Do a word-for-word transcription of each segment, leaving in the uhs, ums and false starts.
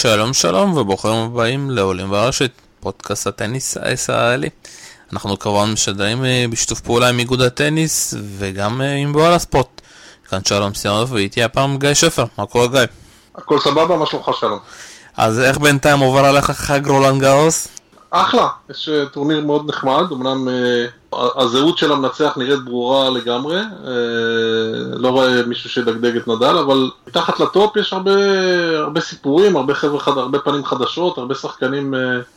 שלום שלום וברוכים הבאים לעולים ברשת, פודקאסט הטניס הישראלי. אנחנו כמובן משדרים בשיתוף פעולה עם איגוד הטניס וגם עם בועל הספורט. כאן שלום סיונוב ואיתי הפעם גיא שפר. מה קורה גיא? הכל סבבה, מה שלומך שלום? אז איך בינתיים עובר עליך חג רולאן גארוס? אחלה, יש טורניר מאוד נחמד, אמנם הזהות של המנצח נראית ברורה לגמרי, לא רואה מישהו שדגדג את נדל, אבל מתחת לטופ יש הרבה, הרבה סיפורים, הרבה חבר'ה חד, הרבה פנים חדשות, הרבה שחקנים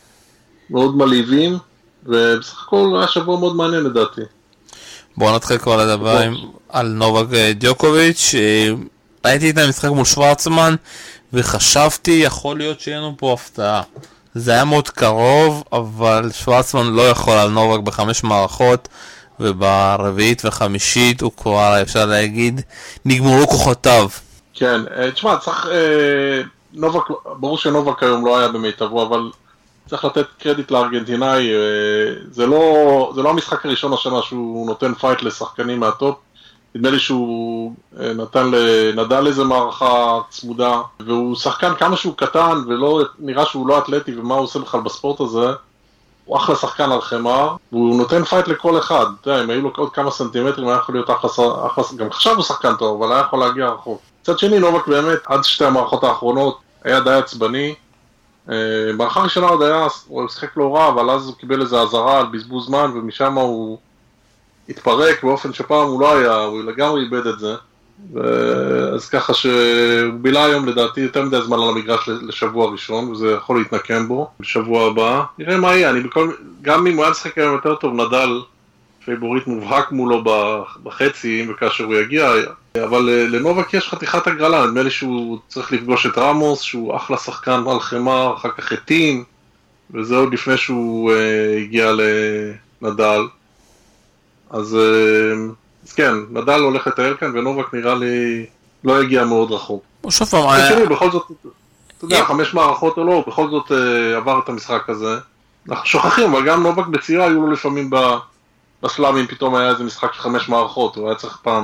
מאוד מלהיבים, ובסך הכל היה שבוע מאוד מעניין לדעתי. בואו נתחיל כבר לדבר על נובק דיוקוביץ'. ראיתי את המשחק מול שוורצמן וחשבתי יכול להיות שיהיה לנו פה הפתעה. זה היה מאוד קרוב, אבל שוורצמן לא יכול על נובק בחמש מערכות, וברביעית וחמישית הוא כבר, אפשר להגיד, נגמרו כוחותיו. כן, תשמע, צריך, נובק, ברור שנובק היום לא היה במיטבו, אבל צריך לתת קרדיט לארגנטינאי. זה לא, זה לא המשחק הראשון השנה שהוא נותן פייט לשחקנים מהטופ. נדמה לי שהוא נתן לנדל איזה מערכה צמודה, והוא שחקן כמה שהוא קטן, ולא נראה שהוא לא אתלטי, ומה הוא עושה בכלל בספורט הזה. הוא אחלה שחקן על חמר, והוא נותן פייט לכל אחד. אתה יודע, אם היו לו עוד כמה סנטימטרים, היה יכול להיות אחלה, אחלה, גם עכשיו הוא שחקן טוב, אבל היה יכול להגיע רחוק. מצד שני, נובק באמת, עד שתי המערכות האחרונות, היה די עצבני. מערכה ראשונה עוד היה, הוא שחק לא רע, אבל אז הוא קיבל איזה עזרה על בזבוז זמן, ומשם הוא התפרק באופן שפעם הוא לא היה, הוא לגמרי איבד את זה. אז ככה שהוא בילה היום לדעתי יותר מדי זמן על המגרש לשבוע ראשון, וזה יכול להתנקם בו בשבוע הבא. נראה מה יהיה, אני בכל, גם אם הוא היה לשחק היום יותר טוב, נדל פייבוריט מובהק מולו בחצי, וכאשר הוא יגיע, אבל לנובק יש חתיכת הגרלה, נדמה לי שהוא צריך לפגוש את רמוס, שהוא אחלה שחקן על חמר, אחר כך את טים, וזה עוד לפני שהוא הגיע לנדל. אז, אז כן, נדל הולך לטייל כאן, ונובק נראה לי לא הגיע מאוד רחוק. שוב פעם, היה... בכל זאת, אתה יודע, חמש מערכות או לא, בכל זאת עבר את המשחק הזה. אנחנו שוכחים, אבל גם נובק בצעירה היו לו לפעמים בסלאמים, פתאום היה איזה משחק של חמש מערכות, הוא היה צריך פעם,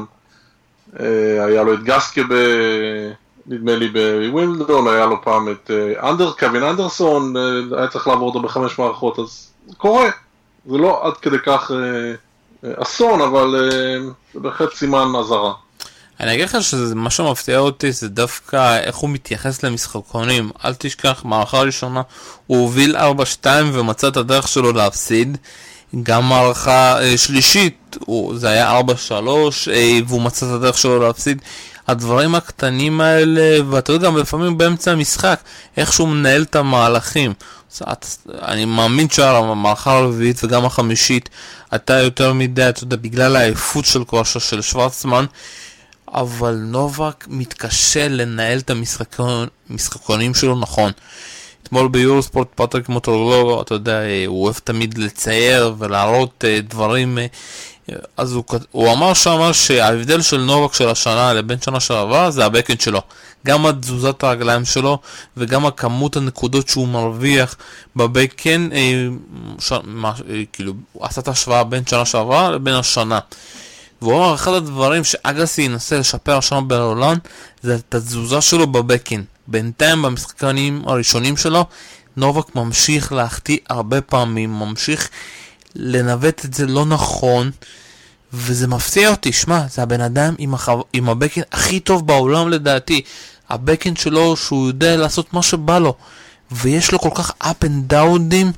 היה לו את גסקה ב... נדמה לי בווימבלדון, היה לו פעם את אנדר, קווין אנדרסון, היה צריך לעבור אותו בחמש מערכות, אז זה קורה. זה לא עד כדי כך אסון, אבל זה בהחלט סימן עזרה. אני אגיד לך שמה שמפתיע אותי זה דווקא איך הוא מתייחס למשחקונים. אל תשכח, מערכה ראשונה הוא הוביל ארבע שתיים ומצא את הדרך שלו להפסיד. גם מערכה שלישית זה היה ארבע שלוש והוא מצא את הדרך שלו להפסיד. הדברים הקטנים האלה, ואתה יודע גם לפעמים באמצע המשחק איך שהוא מנהל את המהלכים. אני מאמין שהמערכה הרביעית וגם החמישית הייתה יותר מדי, אתה יודע, בגלל העייפות של כושר של שוורצמן, אבל נובק מתקשה לנהל את המשחקונים שלו נכון. אתמול ביורוספורט פטריק מוטורלו, אתה יודע, הוא אוהב תמיד לצייר ולהראות דברים, אז הוא, הוא אמר שם שההבדל של נובק של השנה לבין שנה שעברה זה הבקאנד שלו. גם התזוזת הרגליים שלו וגם הכמות הנקודות שהוא מרוויח בבקאנד, ש... מה... כאילו, הוא עשה את ההשוואה בין שנה שעברה לבין השנה. והוא אמר, אחד הדברים שאגסי ינסה לשפר השנה ברולאן זה את התזוזה שלו בבקאנד. בינתיים במשחקנים הראשונים שלו נובק ממשיך להחטיא הרבה פעמים, ממשיך לנווט את זה לא נכון, וזה מפתיע אותי. שמע, זה הבן אדם עם, החו... עם הבקאנד הכי טוב בעולם לדעתי. הבקאנד שלו שהוא יודע לעשות מה שבא לו, ויש לו כל כך up and down'ים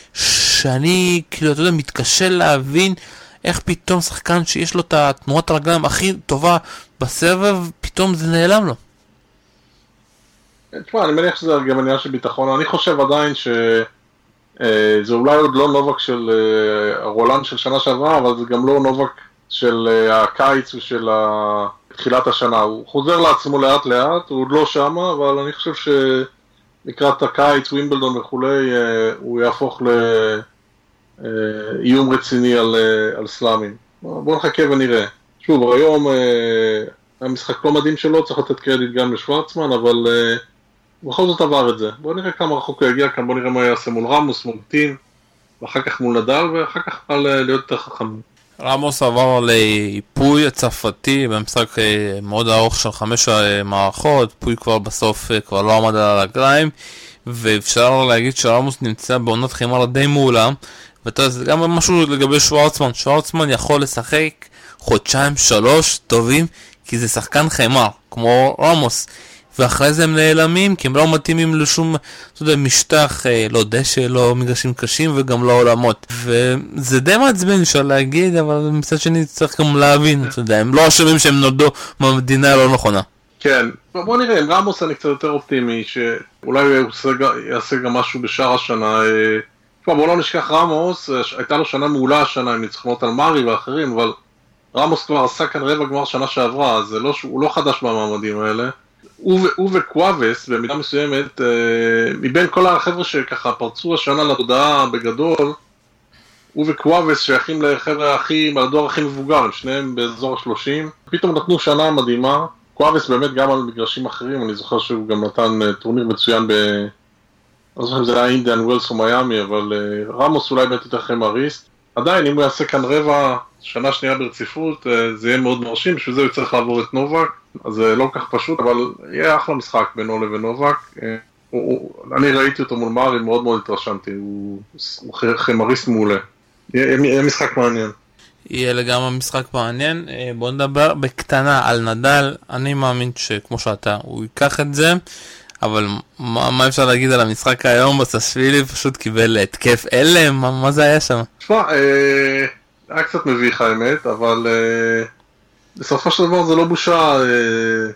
שאני כאילו אתה יודע מתקשה להבין איך פתאום שחקן שיש לו את התנועת הרגליים הכי טובה בסבב פתאום זה נעלם לו. תשמע, אני מניח שזה גם עניין של ביטחון. אני חושב עדיין שזה אולי עוד לא נובק של הרולאן של שנה שעברה, אבל זה גם לא נובק של הקיץ ושל תחילת השנה. הוא חוזר לעצמו לאט לאט, הוא עוד לא שם, אבל אני חושב שלקראת הקיץ, ווימבלדון וכולי, הוא יהפוך לאיום רציני על, על סלאמים. בואו נחכה ונראה. שוב, היום המשחק לא מדהים שלו, צריך לתת קרדיט גם לשוורצמן, אבל בכל זאת עבר את זה. בואו נראה כמה רחוק הוא יגיע כאן, בואו נראה מה יעשה מול רמוס, מול טים, ואחר כך מול נדל, ואחר כך נוכל להיות יותר חכמים. רמוס עבר לאיפוי הצרפתי במשחק מאוד ארוך של חמש מערכות, איפוי כבר בסוף כבר לא עמד על הרגליים, ואפשר להגיד שרמוס נמצא בעונת חימר די מעולה, ואתה יודע, זה גם משהו לגבי שוורצמן, שוורצמן יכול לשחק חודשיים שלוש טובים, כי זה שחקן חימר, כמו רמוס, ואחרי זה הם נעלמים, כי הם לא מתאימים לשום, אתה יודע, משטח, לא דשא, לא מגרשים קשים, וגם לא עולמות. וזה די מעצבן, אפשר להגיד, אבל מצד שני צריך גם להבין, אתה יודע, הם לא אשמים שהם נולדו במדינה הלא נכונה. כן, בוא נראה, עם רמוס אני קצת יותר אופטימי, שאולי הוא יעשה גם משהו בשאר השנה. בוא לא נשכח רמוס, הייתה לו שנה מעולה השנה עם ניצחונות על מארי ואחרים, אבל רמוס כבר עשה כאן רבע גמר שנה שעברה, אז לא, הוא לא חדש במעמדים האלה. הוא, הוא וקוואבס, במידה מסוימת, מבין כל החבר'ה שככה פרצו השנה לתודעה בגדול, הוא וקוואבס שייכים לחבר'ה הכי, מהדור הכי מבוגר, הם שניהם באזור ה-שלושים, פתאום נתנו שנה מדהימה. קוואבס באמת גם על מגרשים אחרים, אני זוכר שהוא גם נתן טורניר מצוין ב... אני זוכר אם זה היה אינדיאן ווילס או מיאמי, אבל רמוס אולי באמת יותר חמריסט. עדיין, אם הוא יעשה כאן רבע, שנה שנייה ברציפות, זה יהיה מאוד מרשים, בשביל זה הוא צריך לעבור את נובק, אז זה לא כך פשוט, אבל יהיה אחלה משחק בינו לבין נובק. אני ראיתי אותו מול מארי, מאוד מאוד התרשמתי, הוא חמריסט מעולה. יהיה משחק מעניין. יהיה לגמרי משחק מעניין. בוא נדבר בקטנה על נדל. אני מאמין שכמו שאתה, הוא ייקח את זה, אבל מה, מה אפשר להגיד על המשחק היום? בסשווילי פשוט קיבל התקף אלם, מה, מה זה היה שם? תשמע, אה, היה קצת מביך האמת, אבל אה, בסופו של דבר זה לא בושה אה,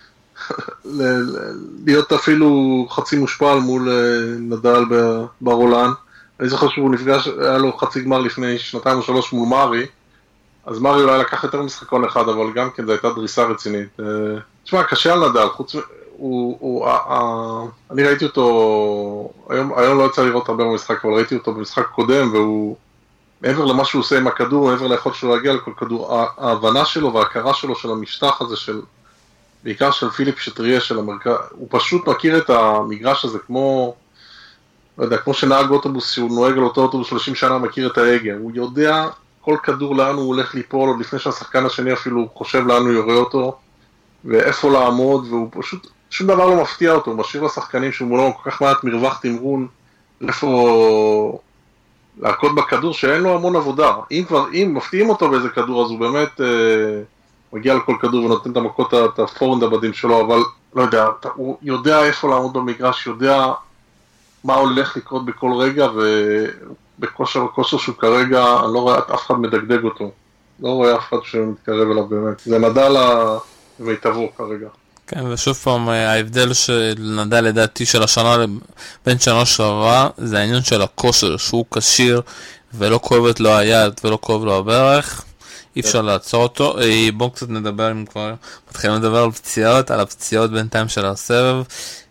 להיות אפילו חצי מושפל מול אה, נדל ברולן. אני זוכר שהוא נפגש, היה לו חצי גמר לפני שנתיים או שלוש מול מארי, אז מארי אולי לקח יותר משחקון אחד, אבל גם כן זו הייתה דריסה רצינית. אה, תשמע, קשה על נדל, חוץ... הוא, הוא, הוא, אני ראיתי אותו, היום, היום לא יצא לראות הרבה במשחק, אבל ראיתי אותו במשחק קודם, והוא, מעבר למה שהוא עושה עם הכדור, מעבר ליכולת שלו להגיע לכל כדור, ההבנה שלו וההכרה שלו של המשטח הזה, של, בעיקר של פיליפ שטריה של המרכז, הוא פשוט מכיר את המגרש הזה כמו, לא יודע, כמו שנהג אוטובוס, שהוא נוהג על אותו אוטובוס שלושים שנה, מכיר את ההגה, הוא יודע כל כדור לאן הוא הולך ליפול, עוד לפני שהשחקן השני אפילו חושב לאן הוא יורה אותו, ואיפה לעמוד, והוא פשוט, שום דבר לא מפתיע אותו, הוא משאיר לשחקנים שהוא מולו כל כך מעט מרווח תמרון, איפה להכות בכדור שאין לו המון עבודה. אם כבר, אם מפתיעים אותו באיזה כדור, אז הוא באמת אה, מגיע לכל כדור ונותן את המכות, את הפורנד הבדים שלו, אבל לא יודע, הוא יודע איפה לעמוד במגרש, יודע מה הולך לקרות בכל רגע, ובכושר הכושר שהוא כרגע, אני לא רואה אף אחד מדגדג אותו. לא רואה אף אחד שמתקרב אליו באמת. זה נדל המיטבו כרגע. כן, ושוב פעם, ההבדל של נדל לדעתי של השנה בין שנה שעברה, זה העניין של הכושר, שהוא קשיר ולא כואבת לו היד ולא כואב לו הברך, אי אפשר לעצור אותו. בואו קצת נדבר, אם כבר מתחילים לדבר על פציעות, על הפציעות בינתיים של הסבב,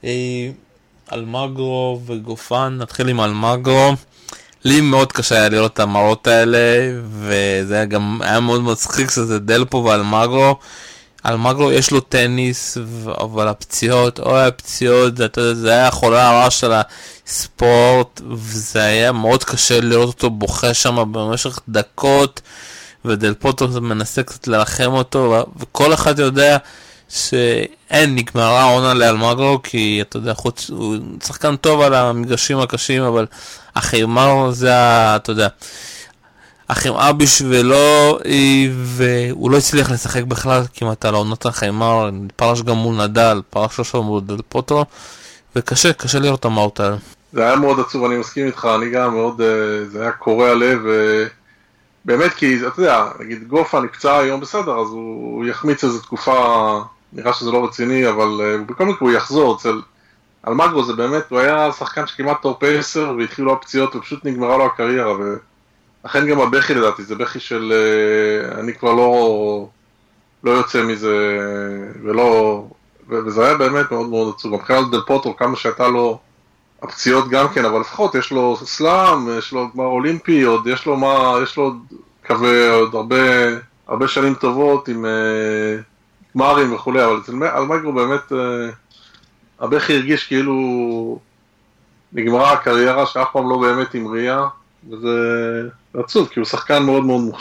אלמגרו וגופן. נתחיל עם אלמגרו. לי מאוד קשה היה לראות את המראות האלה, וזה היה גם היה מאוד מצחיק שזה דלפו ואלמגרו. אלמגרו יש לו טניס, אבל הפציעות, או הפציעות, זה, זה היה החולה הרע של הספורט, וזה היה מאוד קשה לראות אותו בוכה שם במשך דקות, ודל פוטו מנסה קצת לרחם אותו, וכל אחד יודע שאין, נגמרה העונה לאלמגרו, כי אתה יודע, חוץ, הוא שחקן טוב על המגרשים הקשים, אבל החימר זה, אתה יודע, החמאה בשבילו, והוא לא הצליח לשחק בכלל כמעט על העונות החמאה, פרש גם מול נדל, פרש עכשיו מול דל פוטו, וקשה, קשה לראות את המהות האלה. זה היה מאוד עצוב, אני מסכים איתך, אני גם מאוד, זה היה קורע לב, באמת כי, אתה יודע, נגיד גופה נפצע היום בסדר, אז הוא יחמיץ איזו תקופה, נראה שזה לא רציני, אבל בכל מקרה הוא יחזור, אצל אלמגרו זה באמת, הוא היה שחקן שכמעט טופ עשר, והתחילו הפציעות, ופשוט נגמרה לו הקריירה, ו... לכן גם הבכי לדעתי, זה בכי של אני כבר לא לא יוצא מזה, ולא, וזה היה באמת מאוד מאוד עצוב. מבחינת דל פוטרו, כמה שהייתה לו הפציעות גם כן, אבל לפחות יש לו סלאם, יש לו גמר אולימפי, עוד יש לו מה, יש לו קווה עוד הרבה, הרבה שנים טובות עם גמרים וכולי, אבל אצל אלמגרו באמת הבכי הרגיש כאילו נגמרה הקריירה שאף פעם לא באמת עם ראייה, וזה עצוב, כי הוא שחקן מאוד מאוד מוכשר.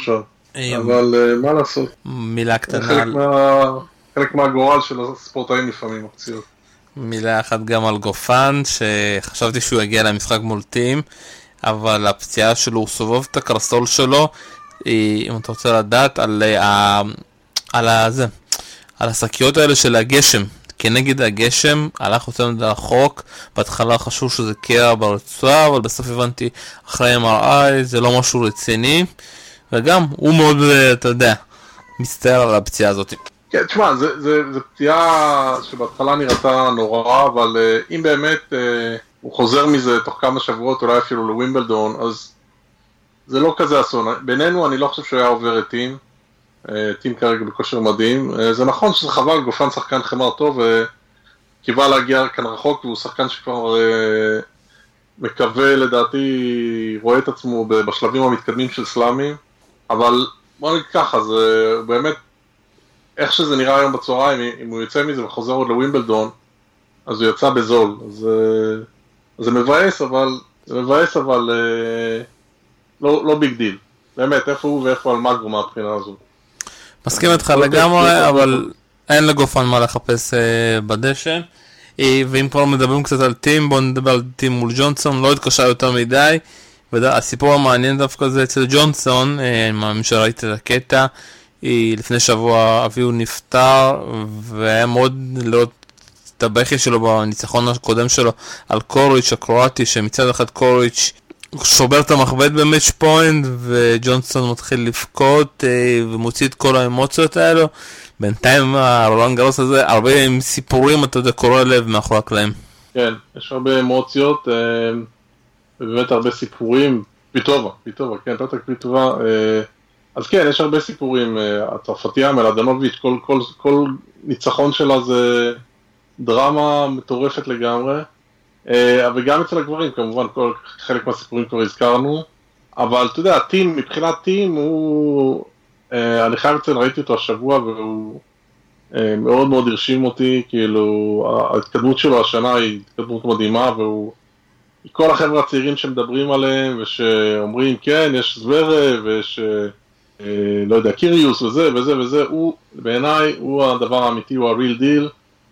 אבל מה לעשות? מילה קטנה. חלק מה... חלק מהגורל של הספורטאים לפעמים, הפציעות. מילה אחת גם על גופן, שחשבתי שהוא יגיע למשחק מול טים, אבל הפציעה שלו, הוא סובב את הקרסול שלו, אם אתה רוצה לדעת, על, על, הזה, על השקיות האלה של הגשם. כנגד הגשם, הלך אותנו לחוק, בהתחלה חשוב שזה קרע ברצועה, אבל בסוף הבנתי, אחרי אם אר איי, זה לא משהו רציני, וגם הוא מאוד, אתה יודע, מסתער על הפציעה הזאת. כן, תשמע, זה, זה, זה פציעה שבהתחלה נראתה נורא, אבל uh, אם באמת uh, הוא חוזר מזה תוך כמה שבועות, אולי אפילו לווימבלדון, אז זה לא כזה אסון. בינינו אני לא חושב שהוא היה עובר את טים, uh, טים כרגע בכושר מדהים. Uh, זה נכון שזה חבל, גופן שחקן חמר טוב, וקיווה להגיע כאן רחוק, והוא שחקן שכבר uh, מקווה לדעתי, רואה את עצמו בשלבים המתקדמים של סלאמים, אבל בוא נגיד ככה, זה באמת, איך שזה נראה היום בצהריים, אם הוא יוצא מזה וחוזר עוד לווימבלדון, אז הוא יצא בזול. אז זה מבאס, אבל זה מבאס, אבל לא, לא ביג דיל. באמת, איפה הוא ואיפה אלמגרו מהבחינה הזו. מסכים איתך לגמרי, אבל אין לגופן מה לחפש בדשא. ואם כבר מדברים קצת על טים, בואו נדבר על טים מול ג'ונסון, לא התקשה יותר מדי. והסיפור המעניין דווקא זה אצל ג'ונסון, אני מאמין שראיתי את הקטע, לפני שבוע אביהו נפטר, והיה מאוד לראות את הבכי שלו בניצחון הקודם שלו על קוריץ' הקרואטי, שמצד אחד קוריץ' שובר את המחבט במאץ' פוינט, וג'ונסון מתחיל לבכות ומוציא את כל האמוציות האלו. בינתיים הרולנד גארוס הזה הרבה סיפורים, אתה יודע, קורא לב מאחורי הקלעים. כן, יש הרבה אמוציות, ובאמת הרבה סיפורים. פיטובה, פיטובה, כן, פתק פיטובה. אז כן, יש הרבה סיפורים, הצרפתיה, מלדנוביץ', כל, כל, כל ניצחון שלה זה דרמה מטורפת לגמרי, וגם אצל הגברים כמובן, כל, חלק מהסיפורים כבר הזכרנו, אבל אתה יודע, טים, מבחינת טים, הוא, אני חייב לציין, ראיתי אותו השבוע, והוא מאוד מאוד הרשים אותי, כאילו, ההתקדמות שלו השנה היא התקדמות מדהימה, והוא, כל החבר'ה הצעירים שמדברים עליהם, ושאומרים, כן, יש זוורב, ויש... לא יודע, קיריוס וזה וזה וזה, הוא, בעיניי, הוא הדבר האמיתי, הוא הריל דיל.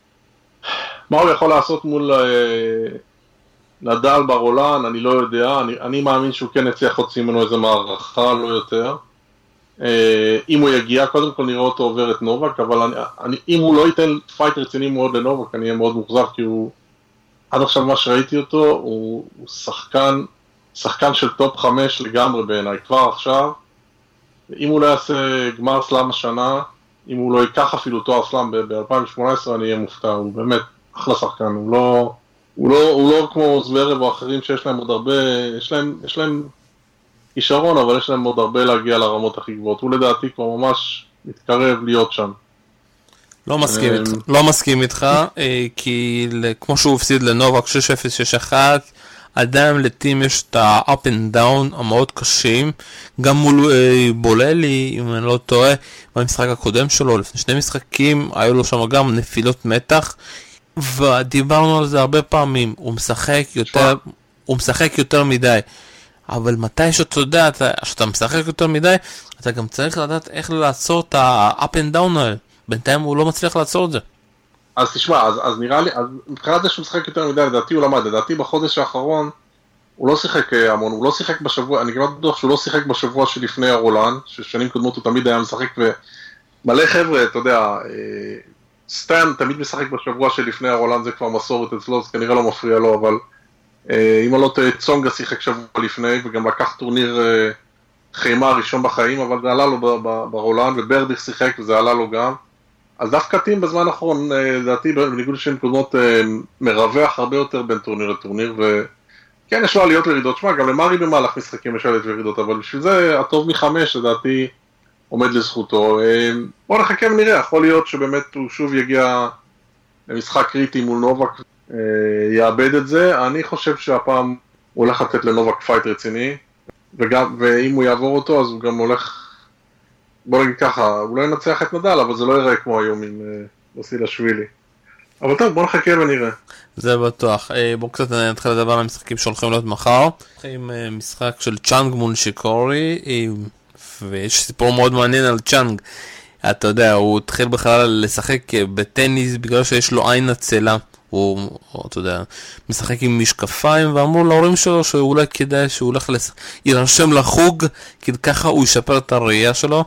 מה הוא יכול לעשות מול אה, נדל ברולן, אני לא יודע, אני, אני מאמין שהוא כן יצליח להוציא ממנו איזה מערכה, לא יותר. אה, אם הוא יגיע, קודם כל נראה אותו עובר את נובק, אבל אני, אני, אם הוא לא ייתן פייט רציני מאוד לנובק, אני אהיה מאוד מוחזר, כי הוא, עד עכשיו מה שראיתי אותו, הוא, הוא שחקן, שחקן של טופ חמש לגמרי בעיניי, כבר עכשיו. אם הוא לא יעשה גמר סלאם השנה, אם הוא לא ייקח אפילו תואר סלאם ב-אלפיים שמונה עשרה, אני אהיה מופתע, הוא באמת אחלה שחקן, הוא לא, הוא לא, הוא לא כמו זוורב או אחרים שיש להם עוד הרבה, יש להם, יש להם כישרון, אבל יש להם עוד הרבה להגיע לרמות הכי גבוהות, הוא לדעתי כבר ממש מתקרב להיות שם. לא מסכים איתך, לא מסכים איתך, כי כמו שהוא הפסיד לנובק שש אפס שש אחת, עדיין לטים יש את ה-up and down המאוד קשים, גם מול אה, בוללי, אם אני לא טועה, במשחק הקודם שלו, לפני שני משחקים, היו לו שם גם נפילות מתח, ודיברנו על זה הרבה פעמים, הוא משחק יותר, הוא משחק יותר מדי, אבל מתי שאתה יודע, שאתה משחק יותר מדי, אתה גם צריך לדעת איך לעצור את ה-up and down האלה, בינתיים הוא לא מצליח לעצור את זה. אז תשמע, אז, אז נראה לי, אז מבחינת זה שהוא משחק יותר מדי, לדעתי הוא למד, לדעתי בחודש האחרון הוא לא שיחק המון, הוא לא שיחק בשבוע, אני כמעט בטוח שהוא לא שיחק בשבוע שלפני הרולן, ששנים קודמות הוא תמיד היה משחק, ומלא חבר'ה, אתה יודע, סטן תמיד משחק בשבוע שלפני הרולן, זה כבר מסורת אצלו, זה כנראה לא מפריע לו, אבל אם לא טועה, צונגה שיחק שבוע לפני, וגם לקח טורניר חיימה ראשון בחיים, אבל זה עלה לו ברולן, וברדיך שיחק וזה עלה לו גם. אז דווקא טים בזמן האחרון, לדעתי, בניגוד לשנים קודמות, מרווח הרבה יותר בין טורניר לטורניר, וכן, יש לו עליות וירידות, שמה, גם למרי במהלך משחקים יש עליות וירידות, אבל בשביל זה הטוב מחמש, לדעתי, עומד לזכותו. בואו נחכה ונראה, יכול להיות שבאמת הוא שוב יגיע למשחק קריטי מול נובק, יאבד את זה. אני חושב שהפעם הוא הולך לתת לנובק פייט רציני, וגם, ואם הוא יעבור אותו, אז הוא גם הולך... בוא נגיד ככה, הוא לא ינצח את נדל, אבל זה לא יראה כמו היום עם בסילאשווילי. אבל טוב, בוא נחכה ונראה. זה בטוח. בואו קצת נתחיל לדבר על המשחקים שהולכים להיות מחר. עם משחק של צ'אנג מול שיקורי, ויש סיפור מאוד מעניין על צ'אנג. אתה יודע, הוא התחיל בכלל לשחק בטניס בגלל שיש לו עין עצלה. הוא, אתה יודע, משחק עם משקפיים, ואמרו להורים שלו שאולי כדאי שהוא הולך לס... יירשם לחוג, כי ככה הוא ישפר את הראייה שלו.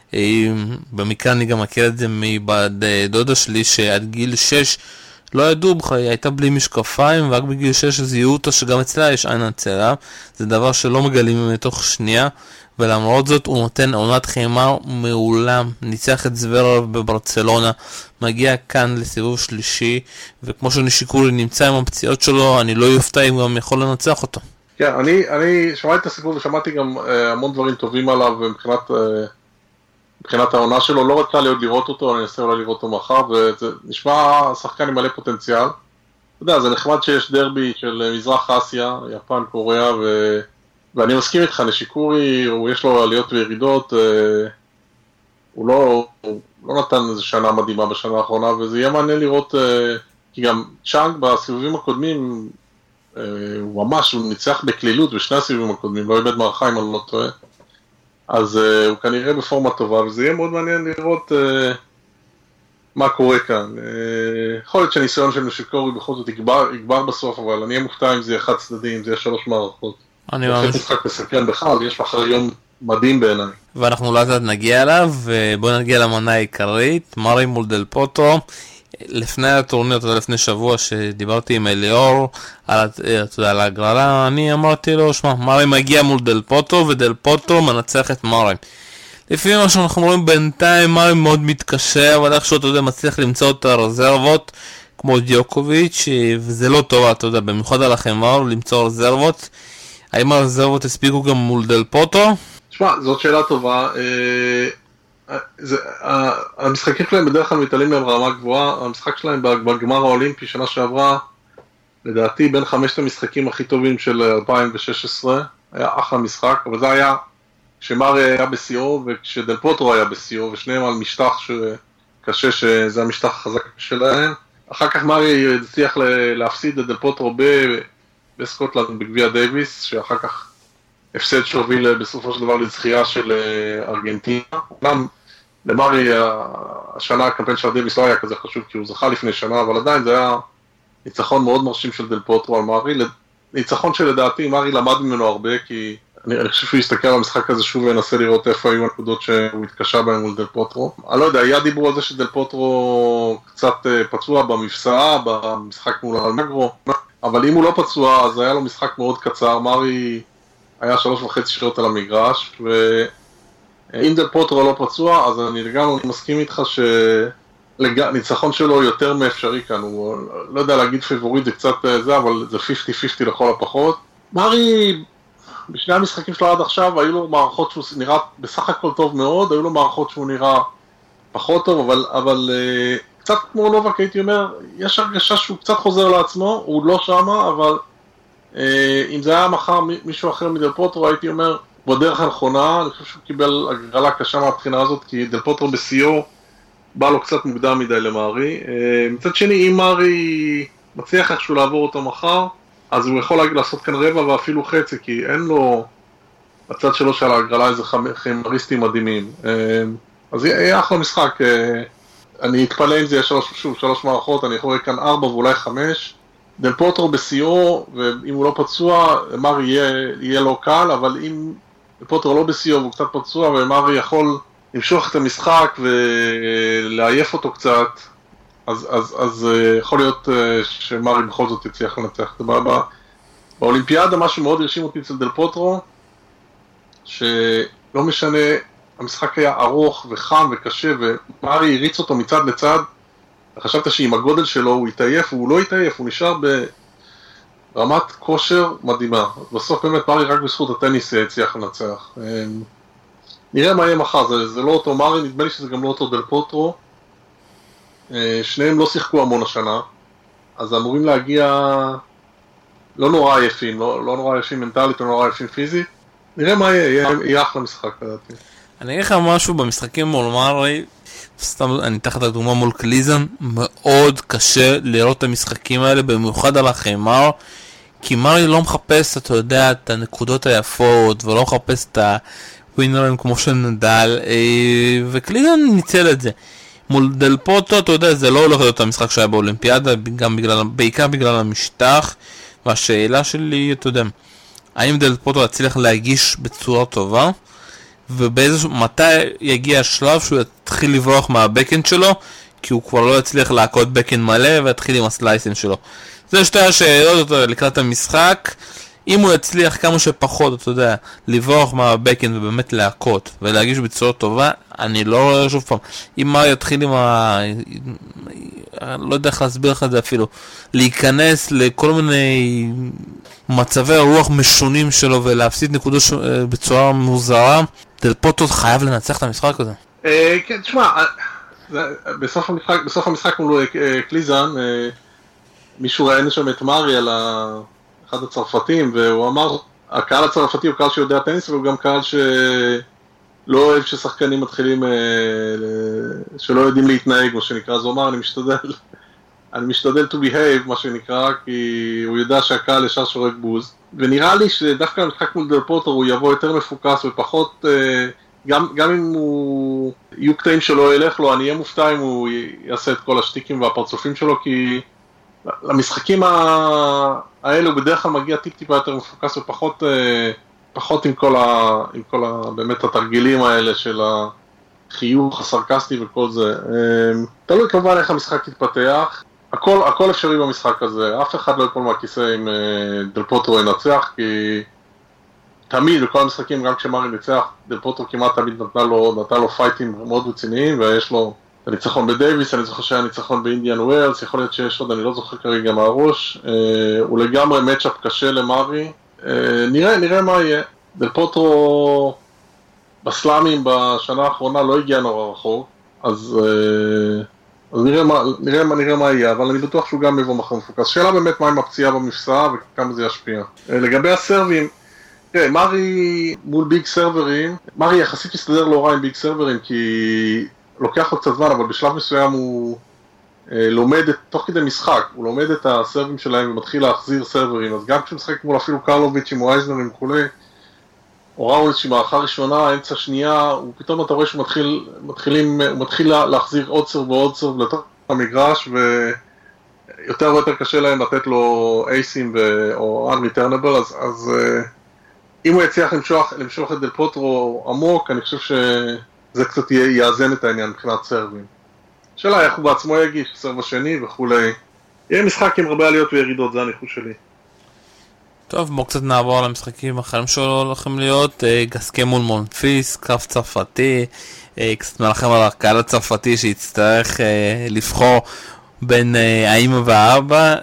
במקרה אני גם מכיר את זה מבעד דודה שלי, שעד גיל שש לא ידעו בכלל, היא הייתה בלי משקפיים, ורק בגיל שש זיהו אותה שגם אצלה יש עין עצלה. זה דבר שלא מגלים מתוך שנייה, ולמרות זאת הוא נותן עונת חיימר מעולם, ניצח את זוורב בברצלונה, מגיע כאן לסיבוב שלישי, וכמו שנשיקורי נמצא עם הפציעות שלו, אני לא יופתע אם גם יכול לנצח אותו. כן, אני, אני שמעתי את הסיפור ושמעתי גם אה, המון דברים טובים עליו מבחינת, אה, מבחינת העונה שלו, לא רצה להיות לראות אותו, אני אנסה אולי לראות אותו מחר, וזה נשמע שחקן עם מלא פוטנציאל. אתה יודע, זה נחמד שיש דרבי של מזרח אסיה, יפן, קוריאה, ו... ואני מסכים איתך, נשיקורי, הוא יש לו עליות וירידות, אה, הוא לא, הוא לא נתן איזו שנה מדהימה בשנה האחרונה, וזה יהיה מעניין לראות, אה, כי גם צ'אנג בסיבובים הקודמים, אה, הוא ממש, הוא ניצח בקלילות בשני הסיבובים הקודמים, לא איבד מערכה אם אני לא טועה, אז אה, הוא כנראה בפורמה טובה, וזה יהיה מאוד מעניין לראות אה, מה קורה כאן. אה, יכול להיות שהניסיון של נשיקורי בכל זאת יגבר, יגבר בסוף, אבל אני אהיה מופתע אם זה יהיה חד צדדי, אם זה יהיה שלוש מערכות. אני מאמין. זה משחק מסכן בכלל, יש לך יום מדהים בעיניי. ואנחנו לאט לאט נגיע אליו, ובואו נגיע למנה העיקרית, מארי מול דל פוטרו. לפני הטורניר, אתה יודע, לפני שבוע שדיברתי עם אליאור על, אתה יודע, על ההגרלה, אני אמרתי לו, שמע, מארי מגיע מול דל פוטרו, ודל פוטרו מנצח את מארי. לפי מה שאנחנו רואים בינתיים, מארי מאוד מתקשה, אבל איכשהו, אתה יודע, מצליח למצוא את הרזרבות, כמו דיוקוביץ', וזה לא טוב, אתה יודע, במיוחד על החמר, למצוא רזרבות. האם הרזרבות הספיקו גם מול דל פוטרו? תשמע, זאת שאלה טובה. המשחקים שלהם בדרך כלל מתעלים להם רמה גבוהה. המשחק שלהם בגמר האולימפי שנה שעברה, לדעתי בין חמשת המשחקים הכי טובים של אלפיים ושש עשרה, היה אחלה משחק, אבל זה היה כשמארי היה בסיור וכשדל פוטרו היה בסיור, ושניהם על משטח שקשה שזה המשטח החזק שלהם. אחר כך מארי הצליח להפסיד את דל פוטרו ב... בסקוטלנד בגביע דייביס, שאחר כך הפסד שהוביל בסופו של דבר לזכייה של ארגנטינה. גם למארי השנה הקמפיין של דייביס לא היה כזה חשוב, כי הוא זכה לפני שנה, אבל עדיין זה היה ניצחון מאוד מרשים של דל פוטרו על מארי, ניצחון שלדעתי מארי למד ממנו הרבה, כי אני, אני חושב שהוא יסתכל על המשחק הזה שוב וינסה לראות איפה היו הנקודות שהוא התקשה בהם מול דל פוטרו. אני לא יודע, היה דיבור על זה שדל פוטרו קצת פצוע במפסעה, במשחק מול אלמגרו, אבל אם הוא לא פצוע, אז היה לו משחק מאוד קצר. מארי היה שלוש וחצי שעות על המגרש, ואם דל פוטרו לא פצוע, אז אני לגמרי מסכים איתך שניצחון שלו יותר מאפשרי כאן. הוא לא יודע להגיד פיבוריט, זה קצת זה, אבל זה חמישים חמישים לכל הפחות. מארי, בשני המשחקים שלו עד עכשיו, היו לו מערכות שהוא נראה בסך הכל טוב מאוד, היו לו מערכות שהוא נראה פחות טוב, אבל... אבל קצת כמו נובק, הייתי אומר, יש הרגשה שהוא קצת חוזר לעצמו, הוא לא שמה, אבל אה, אם זה היה מחר מישהו אחר מדל פוטרו, הייתי אומר, בדרך הנכונה, אני חושב שהוא קיבל הגרלה קשה מהבחינה הזאת, כי דל פוטרו בסיור בא לו קצת מוקדם מדי למארי. אה, מצד שני, אם מארי מצליח איכשהו לעבור אותו מחר, אז הוא יכול לעשות כאן רבע ואפילו חצי, כי אין לו בצד שלו של ההגרלה איזה חמריסטים מדהימים. אה, אז יהיה אחלה משחק. אה, אני אתפלא אם זה יהיה שלוש, שוב, שלוש מערכות, אני יכול כאן ארבע ואולי חמש. דל פוטרו בסיור, ואם הוא לא פצוע, מארי יהיה, יהיה לא קל, אבל אם דל פוטרו לא בסיור והוא קצת פצוע, ומארי יכול למשוך את המשחק ולעייף אותו קצת, אז, אז, אז יכול להיות שמארי בכל זאת יצליח לנצח. באולימפיאדה משהו מאוד הרשים אותי אצל דל פוטרו, שלא משנה, המשחק היה ארוך וחם וקשה, ומארי הריץ אותו מצד לצד. חשבת שעם הגודל שלו הוא יתעייף, והוא לא יתעייף, הוא נשאר ברמת כושר מדהימה. בסוף באמת מארי רק בזכות הטניס הצליח לנצח. נראה מה יהיה מחר, זה, זה לא אותו מארי, נדמה לי שזה גם לא אותו דל פוטרו. שניהם לא שיחקו המון השנה, אז אמורים להגיע לא נורא עייפים, לא, לא נורא עייפים מנטלית, לא נורא עייפים פיזית. נראה מה יהיה, יהיה, יהיה אחלה משחק לדעתי. אני אגיד לך משהו במשחקים מול מארי, סתם אני תחת הדוגמה מול קליזן, מאוד קשה לראות את המשחקים האלה, במיוחד על החמר, כי מארי לא מחפש, אתה יודע, את הנקודות היפות, ולא מחפש את ה... ווינרים כמו של נדל, וקליגן ניצל את זה. מול דל פוטו, אתה יודע, זה לא הולך להיות המשחק שהיה באולימפיאדה, גם בגלל, בעיקר בגלל המשטח, והשאלה שלי, אתה יודע, האם דל פוטו יצליח להגיש בצורה טובה, ובאיזשהו, מתי יגיע השלב שהוא יתחיל לברוח מהבקאנד שלו, כי הוא כבר לא יצליח להכות בקאנד מלא, ויתחיל עם הסלייסים שלו. זה שתי השאלות לקראת המשחק. אם הוא יצליח כמה שפחות, אתה יודע, לברוח מהבקאנד ובאמת להכות ולהגיש בצורה טובה, אני לא רואה שוב פעם. אם מה יתחיל עם ה... לא יודע איך להסביר לך את זה אפילו. להיכנס לכל מיני מצבי הרוח משונים שלו ולהפסיד נקודות בצורה מוזרה, דל פוטו חייב לנצח את המשחק הזה. כן, תשמע, בסוף המשחק מול קליזן, מישהו ראינו שם את מרי על אחד הצרפתים, והוא אמר, הקהל הצרפתי הוא קהל שיודע טניס, והוא גם קהל שלא אוהב ששחקנים מתחילים, שלא יודעים להתנהג, מה שנקרא. אז הוא אמר, אני משתדל, אני משתדל to behave, מה שנקרא, כי הוא יודע שהקהל ישר שורק בוז. ונראה לי שדווקא המשחק מול דל פוטו הוא יבוא יותר מפוקס ופחות, גם, גם אם הוא, יהיו קטעים שלא ילך לו, אני אהיה מופתע אם הוא יעשה את כל השטיקים והפרצופים שלו, כי למשחקים האלה הוא בדרך כלל מגיע טיפ טיפה יותר מפוקס ופחות פחות עם כל, ה, עם כל ה, באמת התרגילים האלה של החיוך הסרקסטי וכל זה. תלוי כמובן איך המשחק יתפתח. הכל, הכל אפשרי במשחק הזה. אף אחד לא יפול מהכיסא אם דל פוטרו ינצח, כי תמיד בכל המשחקים, גם כשמרי ניצח, דל פוטרו כמעט תמיד נתנה לו, נתנה לו פייטים מאוד רציניים, ויש לו הניצחון בדייביס, אני זוכר שהיה ניצחון באינדיאן ווילס, יכול להיות שיש עוד, אני לא זוכר כרגע מהראש. הוא לגמרי מצ'אפ קשה למרי. נראה, נראה מה יהיה. דל פוטרו בסלאמים בשנה האחרונה לא הגיע נורא רחוק, אז, אז נראה, מה, נראה, מה, נראה מה יהיה, אבל אני בטוח שהוא גם יבוא מחר מפוקס. שאלה באמת מה עם הפציעה במפסעה וכמה זה ישפיע. לגבי הסרבים, תראה, מרי מול ביג סרברים, מרי יחסית מסתדר לא רע עם ביג סרברים, כי לוקח לו קצת זמן, אבל בשלב מסוים הוא אה, לומד, את, תוך כדי משחק, הוא לומד את הסרבים שלהם ומתחיל להחזיר סרברים, אז גם כשהוא משחק מול אפילו קרלוביץ' עם אייזנר וכולי, או ראולץ עם הערכה ראשונה, אמצע שנייה, הוא פתאום אתה רואה שהוא מתחיל, מתחילים, הוא מתחיל להחזיר עוד סרב ועוד סרב לתוך המגרש, ויותר ויותר קשה להם לתת לו אייסים ו... או unreturnable, אז, אז אה, אם הוא יצליח למשוך, למשוך את דל פוטרו עמוק, אני חושב ש... זה קצת יאזן את העניין מבחינת סרבים. שאלה, איך הוא בעצמו יגיש, סרב השני וכולי. יהיה משחק עם הרבה עליות וירידות, זה הניחוש שלי. טוב, בואו קצת נעבור על המשחקים האחרים שלו לכם להיות. גסקה מול מונפיס, קרב צרפתי, קצת מלחם על הקהל הצרפתי שיצטרך לבחור בין האמא והאבא.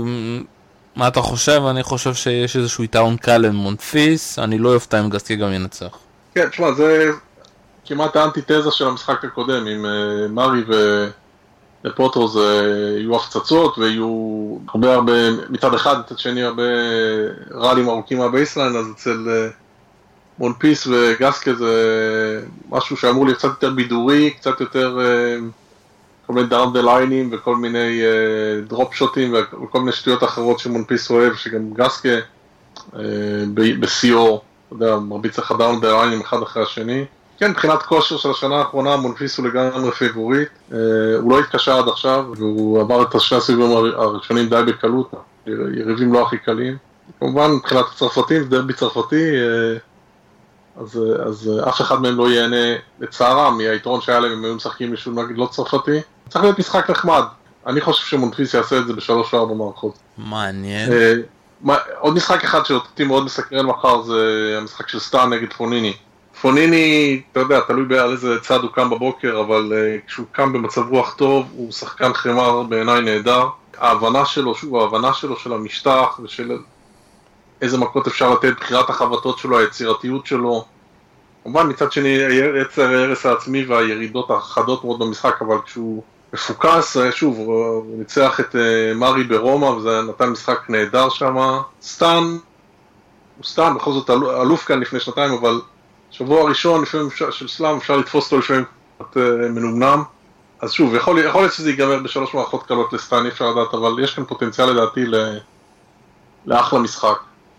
מה אתה חושב? אני חושב שיש איזשהו יתרון קל למונפיס, אני לא יופתע אם גסקה גם ינצח. כן, תשמע, זה כמעט האנטיתזה של המשחק הקודם, עם uh, מרי ודל פוטרו זה יהיו הפצצות ויהיו הרבה הרבה, מצד אחד, מצד שני הרבה רלים ארוכים מהבייסליין, אז אצל uh, מונפיס וגסקה זה משהו שאמור להיות קצת יותר בידורי, קצת יותר uh, כל מיני דאון דה ליינים וכל מיני uh, דרופ שוטים וכל מיני שטויות אחרות שמונפיס אוהב, שגם גסקה uh, בסיור, אתה יודע, מרביץ לך דאון דה ליינים אחד אחרי השני. כן, מבחינת כושר של השנה האחרונה, מונפיס הוא לגמרי פיבורית, uh, הוא לא התקשה עד עכשיו, והוא עבר את השני הסיבובים הראשונים די בקלות, יריבים לא הכי קלים. כמובן, מבחינת הצרפתים, דרבי צרפתי, uh, אז, אז uh, אף אחד מהם לא ייהנה לצערם מהיתרון שהיה להם, הם היו משחקים משהו נגיד לא צרפתי. צריך להיות משחק נחמד, אני חושב שמונפיס יעשה את זה בשלוש וארבע מערכות. מעניין. Uh, מה, עוד משחק אחד שאותי מאוד מסקרן מחר, זה המשחק של סטאן נגד פוניני. פוניני, אתה יודע, תלוי על איזה צד הוא קם בבוקר, אבל uh, כשהוא קם במצב רוח טוב, הוא שחקן חמר בעיניי נהדר. ההבנה שלו, שוב, ההבנה שלו של המשטח ושל איזה מכות אפשר לתת, בחירת החבטות שלו, היצירתיות שלו. כמובן, מצד שני, יצר הרס העצמי והירידות החדות מאוד במשחק, אבל כשהוא מפוקס, שוב, הוא ניצח את uh, מרי ברומא, וזה נתן משחק נהדר שם. סטן, הוא סטן, בכל זאת אלוף כאן לפני שנתיים, אבל שבוע הראשון לפעמים של סלאם אפשר לתפוס אותו לפעמים קצת מנומנם. אז שוב, יכול, יכול להיות שזה ייגמר בשלוש מערכות קלות לסטן, אי אפשר לדעת, אבל יש כאן פוטנציאל לדעתי לאחלה משחק.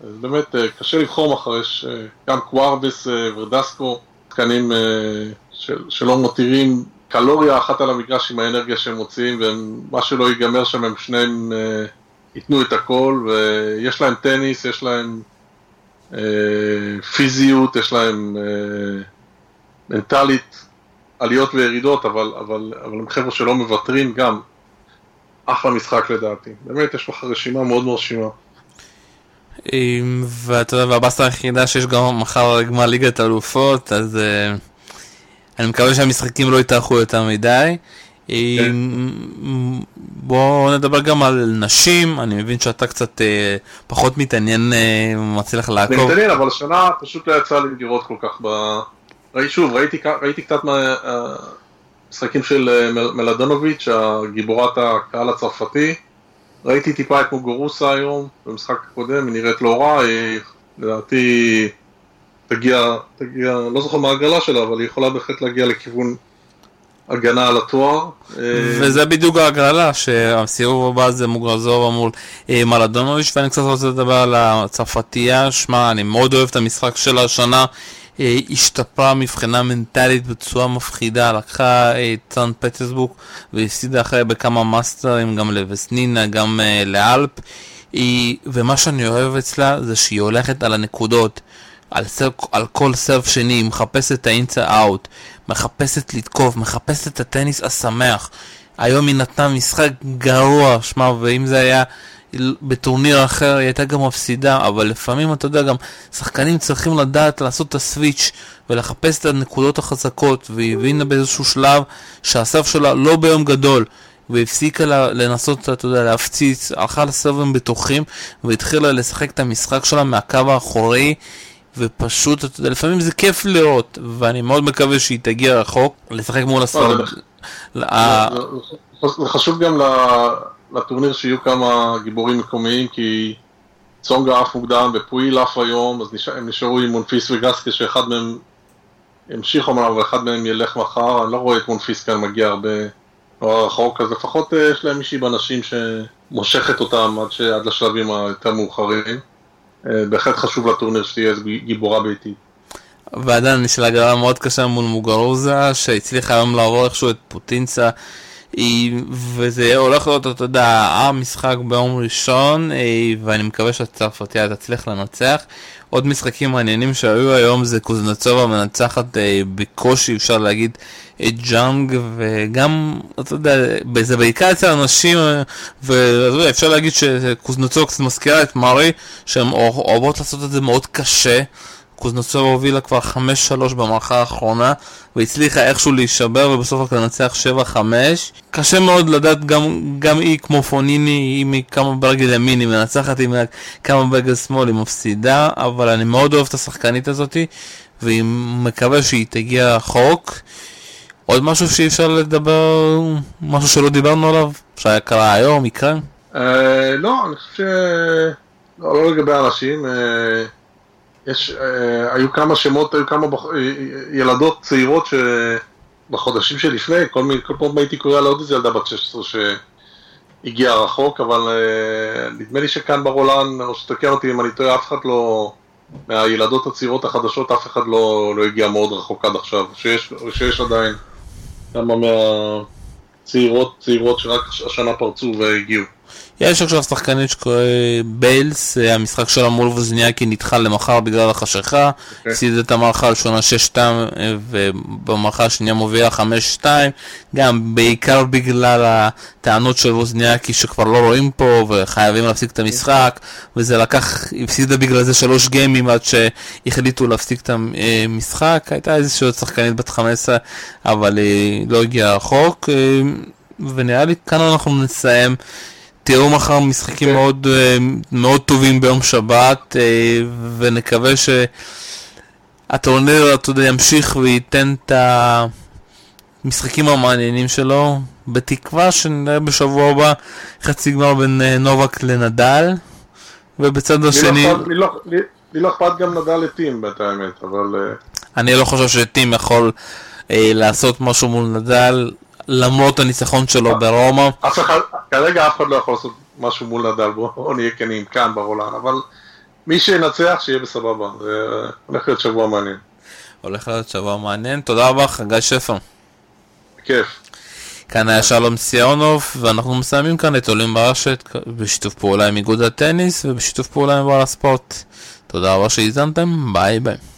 אז באמת קשה לבחור מחר, יש גם קוארבס ורדסקו, תקנים של, שלא מותירים קלוריה אחת על המגרש עם האנרגיה שהם מוציאים, ומה שלא ייגמר שם הם שניהם ייתנו את הכל, ויש להם טניס, יש להם פיזיות, יש להם מנטלית, עליות וירידות, אבל, אבל, אבל הם חבר'ה שלא מוותרים גם. אחלה משחק לדעתי. באמת יש לך רשימה מאוד מרשימה. ואתה יודע, והבאסה היחידה שיש גם מחר גמר ליגת האלופות, אז אני מקווה שהמשחקים לא יתארכו יותר מדי. בואו נדבר גם על נשים. אני מבין שאתה קצת פחות מתעניין, מצליח לעקוב. אני מתעניין, אבל השנה פשוט לא יצא לי לראות כל כך ב... שוב, ראיתי קצת משחקים של מלדונוביץ', הגיבורת הקהל הצרפתי. ראיתי טיפה את מוגורוסה היום, במשחק הקודם, היא נראית לא רע, היא לדעתי תגיע, תגיע, לא זוכר מה הגרלה שלה, אבל היא יכולה בהחלט להגיע לכיוון הגנה על התואר. וזה בדיוק הגרלה, שהסיבוב הבא זה מוגרזובה מול מלדונוביץ', ואני קצת רוצה לדבר על הצרפתייה. שמע, אני מאוד אוהב את המשחק של השנה, השתפרה מבחינה מנטלית בצורה מפחידה, לקחה את סן פטרסבורג והפסידה אחרי בכמה מאסטרים, גם לבסנינה, גם לאלפ, ומה שאני אוהב אצלה זה שהיא הולכת על הנקודות, על, סרב, על כל סרב שני, היא מחפשת את האינצה אאוט, מחפשת לתקוף, מחפשת את הטניס השמח. היום היא נתנה משחק גרוע, שמה, ואם זה היה בטורניר אחר היא הייתה גם מפסידה, אבל לפעמים אתה יודע גם שחקנים צריכים לדעת לעשות את הסוויץ' ולחפש את הנקודות החזקות, והיא הבינה באיזשהו שלב שהסרב שלה לא ביום גדול והפסיקה לנסות, אתה יודע, להפציץ, הלכה לסרבים בטוחים והתחילה לשחק את המשחק שלה מהקו האחורי, ופשוט, אתה יודע, לפעמים זה כיף לראות, ואני מאוד מקווה שהיא תגיע רחוק לשחק מול הסרב. זה חשוב גם לטורניר שיהיו כמה גיבורים מקומיים, כי צונגה אף מוקדם ופואיל אף היום, אז הם נשארו עם מונפיס וגסקה, שאחד מהם המשיך אומנם ואחד מהם ילך מחר. אני לא רואה את מונפיס כאן מגיע הרבה רחוק, אז לפחות יש להם מישהי באנשים שמושכת אותם עד, ש... עד לשלבים היותר מאוחרים. בהחלט חשוב לטורניר שתהיה גיבורה ביתית. ועדיין יש לה גרלה מאוד קשה מול מוגרוזה, שהצליחה היום לעבור איכשהו את פוטינצה, וזה הולך להיות, אתה יודע, המשחק ביום ראשון, ואני מקווה שהצרפתיה תצליח לנצח. עוד משחקים מעניינים שהיו היום זה קוזנצובה מנצחת בקושי, אפשר להגיד, את ג'אנג, וגם, אתה יודע, זה בעיקר אצל אנשים, ואפשר להגיד שקוזנצובה קצת מזכירה את מארי, שהן אוהבות לעשות את זה מאוד קשה. קוזנצובה הובילה כבר חמש שלוש במערכה האחרונה, והצליחה איכשהו להישבר ובסוף רק לנצח שבע חמש. קשה מאוד לדעת, גם, גם היא כמו פוניני, היא מכמה ברגל ימין היא מנצחת, היא מכמה ברגל שמאל היא מפסידה, אבל אני מאוד אוהב את השחקנית הזאת, והיא מקווה שהיא תגיע רחוק. עוד משהו שאי אפשר לדבר, משהו שלא דיברנו עליו, שהיה קרה היום, יקרה? לא, אני חושב ש... לא לגבי אנשים, יש, אה, היו כמה שמות, היו כמה בח... ילדות צעירות שבחודשים שלפני, כל, מי, כל פעם הייתי קורא לעוד איזה ילדה בת שש עשרה שהגיעה רחוק, אבל אה, נדמה לי שכאן ברולן, או שתקן אותי אם אני טועה, אף אחד לא, מהילדות הצעירות החדשות, אף אחד לא, לא הגיע מאוד רחוק עד עכשיו, שיש, שיש עדיין כמה מהצעירות, צעירות שרק השנה פרצו והגיעו. יש עכשיו שחקנית שקורא ביילס, המשחק שלה מול ווזניאקי נדחה למחר בגלל החשיכה, הפסיד את המערכה הראשונה שש שתיים ובמערכה השנייה מובילה חמש שתיים, גם בעיקר בגלל הטענות של ווזניאקי שכבר לא רואים פה וחייבים להפסיק את המשחק, וזה לקח, הפסידה בגלל זה שלוש גיימים עד שהחליטו להפסיק את המשחק. הייתה איזושהי שחקנית בת חמש עשרה אבל היא לא הגיעה רחוק, ונראה לי כאן אנחנו נסיים. תראו מחר משחקים okay. מאוד, מאוד טובים ביום שבת, ונקווה שהטורניר, אתה יודע, ימשיך וייתן את המשחקים המעניינים שלו, בתקווה שנראה בשבוע הבא חצי גמר בין נובק לנדל, ובצד השני... לי לא אכפת גם נדל לטים, בית האמת, אבל... אני לא חושב שטים יכול לעשות משהו מול נדל, למרות הניצחון שלו ברומא. אף אחד, כרגע אף אחד לא יכול לעשות משהו מול נדל, בואו נהיה כנים כאן ברולן, אבל מי שינצח שיהיה בסבבה, זה הולך להיות שבוע מעניין. הולך להיות שבוע מעניין, תודה רבה חגי שפר. בכיף. כאן היה שלום סיונוב, ואנחנו מסיימים כאן את עולים ברשת בשיתוף פעולה עם איגוד הטניס ובשיתוף פעולה עם בר הספורט. תודה רבה שהזנתם, ביי ביי.